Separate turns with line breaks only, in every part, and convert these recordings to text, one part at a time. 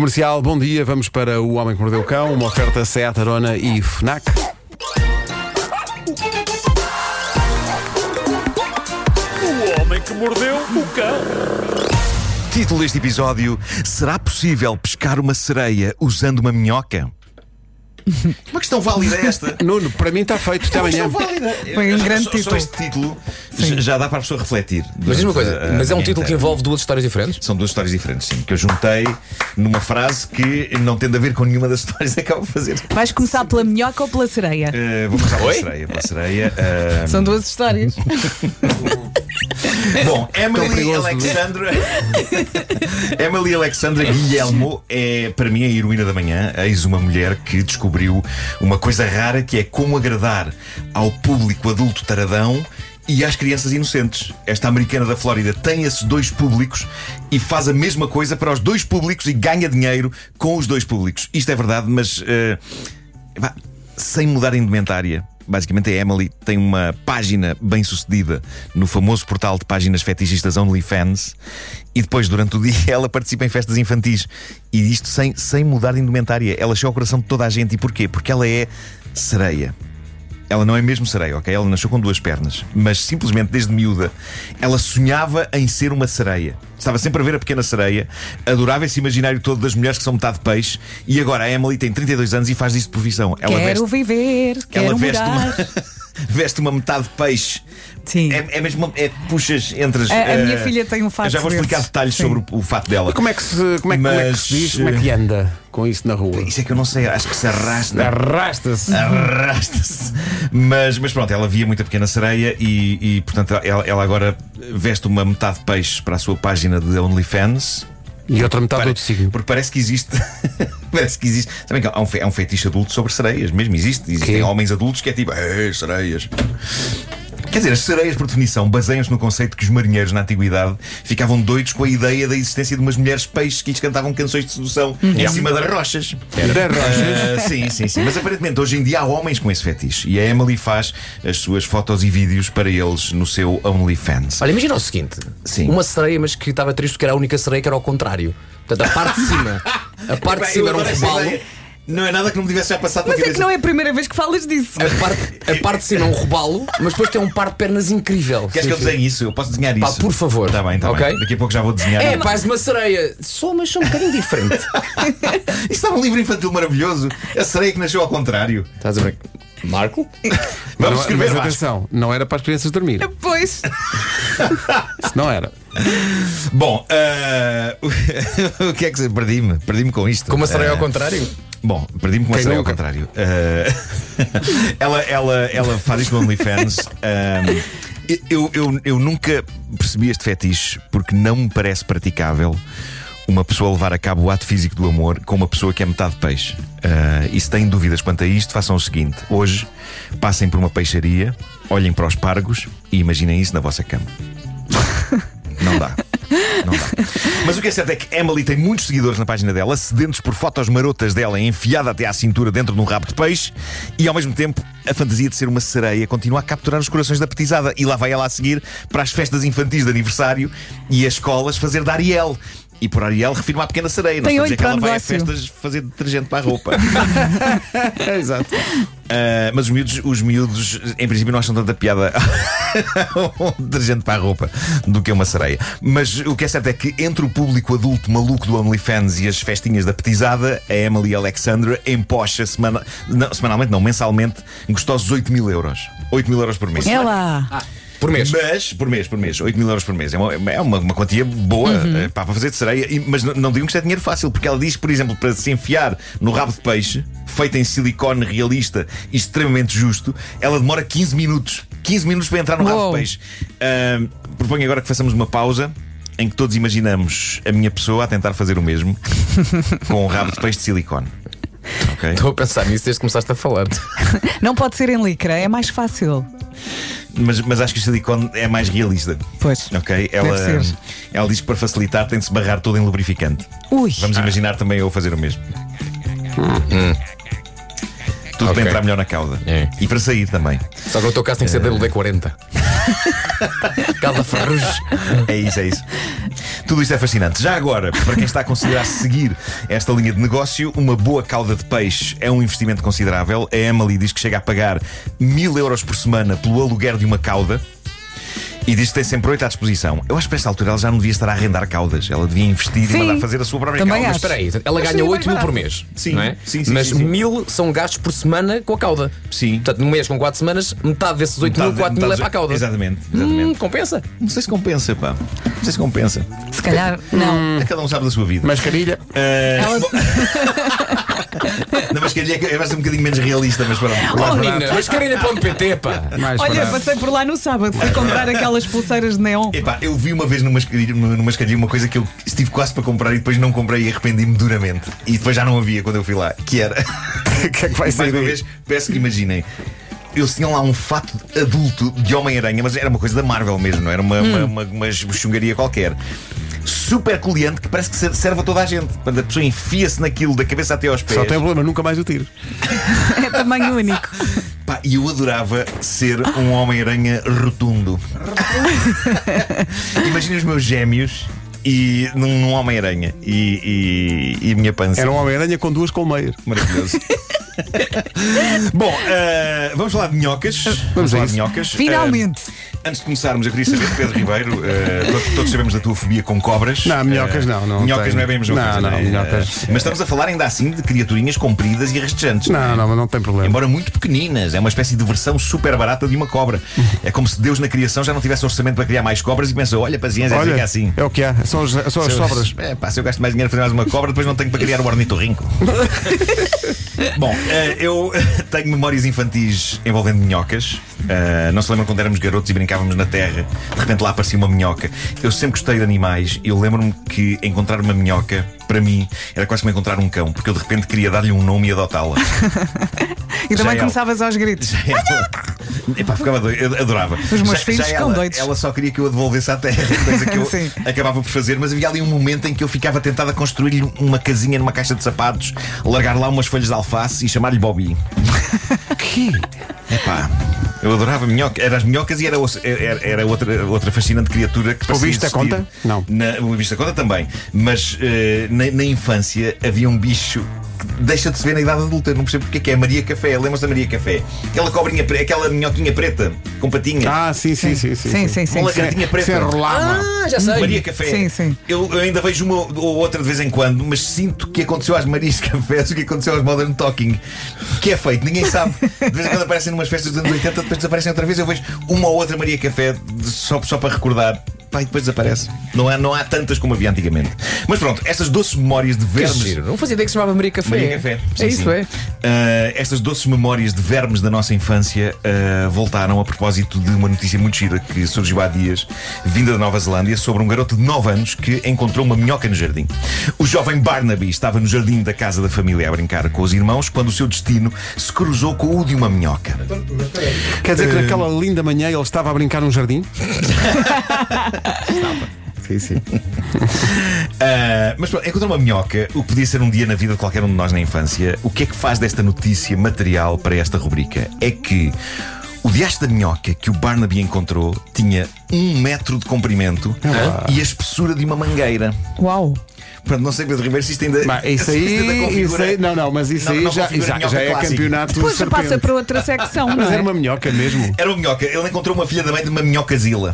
Comercial, bom dia. Vamos para O Homem que Mordeu o Cão, uma oferta Seat Arona e FNAC.
O Homem que Mordeu o Cão.
Título deste episódio: será possível pescar uma sereia usando uma minhoca? Uma questão válida esta.
Nuno, para mim está feito. Até amanhã.
Foi um grande título.
Só este título já dá para a pessoa refletir.
Mas diz uma coisa, mas é um título que envolve duas histórias diferentes?
São duas histórias diferentes, sim, que eu juntei numa frase que, não tendo a ver com nenhuma das histórias, acaba de fazer.
Vais começar pela minhoca ou pela sereia?
Vou começar pela sereia.
São duas histórias.
Bom, Emily Alexandra Guilhermo é, para mim, a heroína da manhã. Eis uma mulher que descobriu uma coisa rara, que é como agradar ao público adulto taradão e às crianças inocentes. Esta americana da Flórida tem esses dois públicos e faz a mesma coisa para os dois públicos e ganha dinheiro com os dois públicos. Isto é verdade, mas sem mudar a indumentária. Basicamente, a Emily tem uma página bem-sucedida no famoso portal de páginas fetichistas OnlyFans e depois, durante o dia, ela participa em festas infantis. E isto sem mudar de indumentária. Ela chega ao coração de toda a gente. E porquê? Porque ela é sereia. Ela não é mesmo sereia, ok? Ela nasceu com duas pernas. Mas simplesmente, desde miúda, ela sonhava em ser uma sereia. Estava sempre a ver a pequena sereia. Adorava esse imaginário todo das mulheres que são metade peixe. E agora a Emily tem 32 anos e faz disso de profissão.
Quero viver, quero morar.
Veste uma metade peixe.
Sim.
É mesmo. Puxas entre as.
A minha filha tem um fato.
Eu já vou explicar
desses.
detalhes sobre o fato dela.
E como é que se diz? Como é que anda com isso na rua?
Isso é que eu não sei, acho que se arrasta.
Arrasta-se.
Arrasta-se. Mas pronto, ela via muita pequena sereia e portanto, ela agora veste uma metade peixe para a sua página de OnlyFans.
E outra metade do outro signo.
Porque parece que existe. Parece que existe. Sabem que há um fetiche adulto sobre sereias, mesmo existe. Existem homens adultos que é tipo, sereias. Quer dizer, as sereias, por definição, baseiam-se no conceito que os marinheiros na antiguidade ficavam doidos com a ideia da existência de umas mulheres peixes que lhes cantavam canções de sedução em cima das rochas.
Das rochas?
Sim. Mas aparentemente hoje em dia há homens com esse fetiche. E a Emily faz as suas fotos e vídeos para eles no seu OnlyFans.
Olha, imagina o seguinte:
Sim.
uma sereia, mas que estava triste porque era a única sereia que era ao contrário. Portanto, a parte de cima era um robalo.
Não é nada que não me tivesse já passado pela
Mas é
cabeça.
que não é a primeira vez que falas disso.
A parte de cima é um robalo, mas depois tem um par de pernas incrível.
Queres que eu desenhe isso? Eu posso desenhar isso?
Por favor.
Está bem,
Ok?
bem. Daqui a pouco já vou desenhar.
É, faz uma sereia. Mas sou um bocadinho diferente.
Isto estava um livro infantil maravilhoso. A sereia que nasceu ao contrário.
Estás a ver? Marco?
Vamos escrever,
mas
Vasco.
atenção, não era para as crianças dormir.
Pois.
Se não era.
Bom, o que é que se... Perdi-me com isto.
Com uma sereia ao contrário?
Bom, perdi-me com uma
Quem
sereia ao
nunca?
contrário. Ela faz isto no OnlyFans. Eu nunca percebi este fetiche porque não me parece praticável uma pessoa levar a cabo o ato físico do amor com uma pessoa que é metade peixe. E se têm dúvidas quanto a isto, façam o seguinte: hoje passem por uma peixaria, olhem para os pargos e imaginem isso na vossa cama. Não dá. Mas o que é certo é que Emily tem muitos seguidores na página dela, sedentos por fotos marotas dela enfiada até à cintura dentro de um rabo de peixe, e ao mesmo tempo a fantasia de ser uma sereia continua a capturar os corações da petizada. E lá vai ela a seguir para as festas infantis de aniversário e as escolas fazer de Ariel. E por Ariel refiro-me à pequena sereia. Não
Tem
estou a
olho
dizer que ela
para o
vai a
negócio.
festas fazer detergente para a roupa.
Exato.
Mas os miúdos, em princípio, não acham tanta piada um detergente para a roupa do que uma sereia. Mas o que é certo é que entre o público adulto maluco do OnlyFans e as festinhas da petizada, a Emily Alexandra empocha mensalmente gostosos 8 mil euros. 8 mil euros por mês.
É lá.
Por mês.
Mas, por mês, 8 mil euros por mês. É uma quantia boa para fazer de sereia. Mas não digam que isto é dinheiro fácil, porque ela diz, por exemplo, para se enfiar no rabo de peixe, feito em silicone realista e extremamente justo, ela demora 15 minutos. 15 minutos para entrar no rabo de peixe. Proponho agora que façamos uma pausa em que todos imaginamos a minha pessoa a tentar fazer o mesmo com um rabo de peixe de silicone. Okay?
Estou a pensar nisso desde que começaste a falar.
Não pode ser em licra, é mais fácil.
Mas acho que o silicone é mais realista.
Pois.
Ok?
Deve ser.
Ela diz que para facilitar tem de se barrar todo em lubrificante.
Ui.
Vamos imaginar também eu fazer o mesmo. Tudo para entrar melhor na cauda.
É.
E para sair também.
Só que no teu caso tem que ser DLD 40. Cauda ferrugem.
É isso. Tudo isto é fascinante. Já agora, para quem está a considerar seguir esta linha de negócio, uma boa cauda de peixe é um investimento considerável. A Emily diz que chega a pagar 1000 euros por semana pelo aluguer de uma cauda. E diz que tem sempre 8 à disposição. Eu acho que para esta altura ela já não devia estar a arrendar caudas. Ela devia investir
Sim,
e mandar fazer a sua própria
também
cauda.
Mas espera aí, ela ganha 8 mil por mês.
Sim,
não é?
sim, sim,
Mas
sim, sim.
1000 são gastos por semana com a cauda.
Sim.
Portanto, num mês com 4 semanas, metade desses 8 mil, 4 mil é para a cauda.
Exatamente.
Compensa.
Não sei se compensa, pá. Não sei se compensa.
Se calhar, não.
Cada um sabe da sua vida.
Mascarilha.
Na mascarilha vai ser um bocadinho menos realista, mas pronto.
Oh, menina, mascarilha.pt, pá.
Mais
Olha,
barato.
passei por lá no sábado, fui comprar aquelas pulseiras de neon.
Epá, eu vi uma vez no mascarilha uma coisa que eu estive quase para comprar e depois não comprei e arrependi-me duramente. E depois já não havia quando eu fui lá. Que era.
O que é que vai
Mais
ser
uma
daí?
vez, peço que imaginem. Eles tinham lá um fato adulto de Homem-Aranha, mas era uma coisa da Marvel mesmo, não era uma chungaria qualquer. Super coliante que parece que serve a toda a gente. Quando a pessoa enfia-se naquilo da cabeça até aos pés.
Só tem um problema, nunca mais o tiro.
É tamanho único.
Pá, e eu adorava ser um Homem-Aranha rotundo. Imagina os meus gêmeos e num Homem-Aranha e a minha pança.
Era um Homem-Aranha com 2 colmeias.
Maravilhoso. Bom, vamos falar de minhocas. Vamos
a
falar
isso.
de minhocas.
Finalmente.
Antes de começarmos, eu queria saber, Pedro Ribeiro, todos sabemos da tua fobia com cobras.
Não, minhocas não
Minhocas
tenho.
não é bem a mesma coisa.
Não,
é?
minhocas.
Mas estamos a falar ainda assim de criaturinhas compridas e rastejantes.
Não, mas não tem problema.
Embora muito pequeninas, é uma espécie de versão super barata de uma cobra. É como se Deus na criação já não tivesse orçamento para criar mais cobras e pensou: olha, paciência,
Olha,
fica assim.
é o que há, são as sobras.
Se eu gasto mais dinheiro a fazer mais uma cobra, depois não tenho para criar o ornitorrinco. Bom, eu tenho memórias infantis envolvendo minhocas. Não se lembram quando éramos garotos e brincávamos na terra, de repente lá aparecia uma minhoca. Eu sempre gostei de animais e eu lembro-me que encontrar uma minhoca, para mim, era quase como encontrar um cão, porque eu de repente queria dar-lhe um nome e adotá-la.
E também
Já
começavas aos gritos.
Epá, ficava doido, eu adorava.
Os meus filhos ficam
ela,
doidos.
Ela só queria que eu a devolvesse à terra, coisa que eu
Sim.
acabava por fazer, mas havia ali um momento em que eu ficava tentado a construir-lhe uma casinha numa caixa de sapatos, largar lá umas folhas de alface e chamar-lhe Bobby.
Que?
Epá, eu adorava minhoca. Era as minhocas e era outra fascinante criatura que
O
parecia
bicho da
existir.
conta? Não.
O bicho da conta também. Mas na infância havia um bicho que deixa de se ver na idade adulta. Eu não percebo porque é que é a Maria Café. Lembram-se da Maria Café? Aquela cobrinha, aquela minhoquinha preta com patinhas.
Ah, sim.
Sim,
Uma lagartinha
Se
preta.
enrolava.
Ah, já sei.
Maria Café.
Sim, sim.
Eu ainda vejo uma ou outra de vez em quando, mas sinto que aconteceu às Marias Cafés o que aconteceu aos Modern Talking. Que é feito, ninguém sabe. De vez em quando aparecem numas festas dos anos 80, depois desaparecem outra vez. Eu vejo uma ou outra Maria Café só para recordar. Pá, e depois desaparece. Não há tantas como havia antigamente. Mas pronto, estas doces memórias de
Que
vermes.
giro. Não fazia ideia que se chamava Maria Café.
Maria Café. Sim,
É isso,
sim.
é.
Estas doces memórias de vermes da nossa infância voltaram a propósito de uma notícia muito gira que surgiu há dias, vinda da Nova Zelândia, sobre um garoto de 9 anos que encontrou uma minhoca no jardim. O jovem Barnaby estava no jardim da casa da família a brincar com os irmãos quando o seu destino se cruzou com o de uma minhoca.
Quer dizer que naquela linda manhã ele estava a brincar num jardim? Sim.
Mas pronto, encontrou uma minhoca, o que podia ser um dia na vida de qualquer um de nós na infância. O que é que faz desta notícia material para esta rubrica? É que o diacho da minhoca que o Barnaby encontrou tinha 1 metro de comprimento e a espessura de uma mangueira.
Uau.
Portanto, não sei, Pedro Ribeiro, se isto ainda.
Mas isso
se isto ainda
aí,
configura-
não, mas isso
Não,
aí
não
já
configura minhoca
é
clássica.
campeonato de
Depois já passa
serpente.
para outra secção,
Mas
não
era
é?
uma minhoca mesmo.
Era uma minhoca. Ele encontrou uma filha da mãe de uma minhocazila.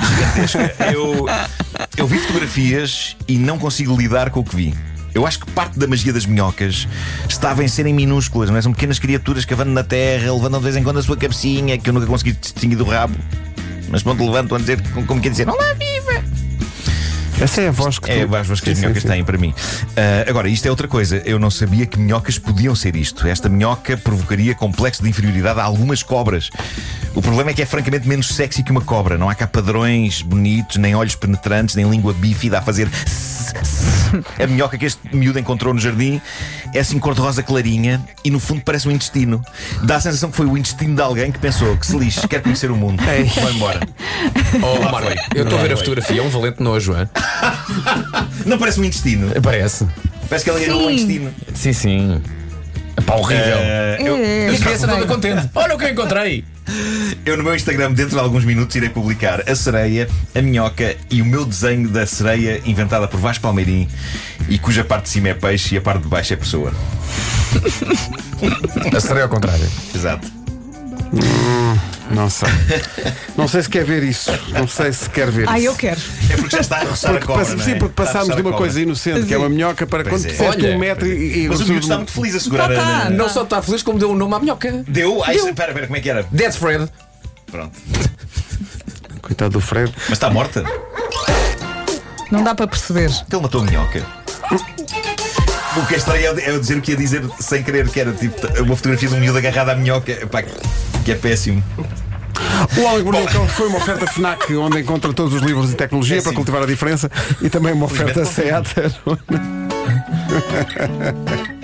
Eu vi fotografias e não consigo lidar com o que vi. Eu acho que parte da magia das minhocas estava em serem minúsculas, não é? São pequenas criaturas cavando na terra, levantam de vez em quando a sua cabecinha, que eu nunca consegui distinguir do rabo. Mas quando levantam a dizer, como quer dizer, olá, viva!
Essa é a voz que
É
tu...
a voz que as
Sim,
minhocas
sim.
têm para mim. Agora, isto é outra coisa. Eu não sabia que minhocas podiam ser isto. Esta minhoca provocaria complexo de inferioridade a algumas cobras. O problema é que é francamente menos sexy que uma cobra. Não há cá padrões bonitos, nem olhos penetrantes, nem língua bífida a fazer. A minhoca que este miúdo encontrou no jardim é assim cor-de-rosa clarinha e no fundo parece um intestino. Dá a sensação que foi o intestino de alguém que pensou que se lixe, quer conhecer o mundo. Vai embora.
Oh, Marco, eu estou a ver a fotografia, é um valente nojo, é?
Não parece um intestino.
Parece.
Parece que ele agarrou um intestino.
Sim. Pá, horrível.
Eu-
É,
A criança
estranho.
toda contente. Olha o que eu encontrei.
Eu no meu Instagram, dentro de alguns minutos, irei publicar a sereia, a minhoca e o meu desenho da sereia inventada por Vasco Palmeirim e cuja parte de cima é peixe e a parte de baixo é pessoa.
A sereia ao contrário.
Exato.
Não sei. Não sei se quer ver isso. Não sei se quer ver
Ah,
isso.
eu quero.
É porque já está a roçar a cobra, não é?
Sim, porque
Está a
passámos
roçar
de
a
uma
cobra.
coisa inocente, que é uma minhoca, para
Pois
quando
é.
disseste
Olha,
1 metro e
Mas o miúdo está muito feliz a segurar
Tá.
Não só está feliz, como deu um nome à minhoca.
Deu? Espera, como é que era?
Dead Fred.
Pronto.
Coitado do Fred.
Mas está morta?
Não dá para perceber.
Então ele matou a minhoca. O que é estranho é eu dizer o que ia dizer sem querer, que era tipo uma fotografia de um miúdo agarrado à minhoca. Epá, que é péssimo.
O Homem que Mordeu o Cão foi uma oferta FNAC, onde encontra todos os livros de tecnologia para cultivar a diferença, e também uma oferta
Felizmente
SEAT.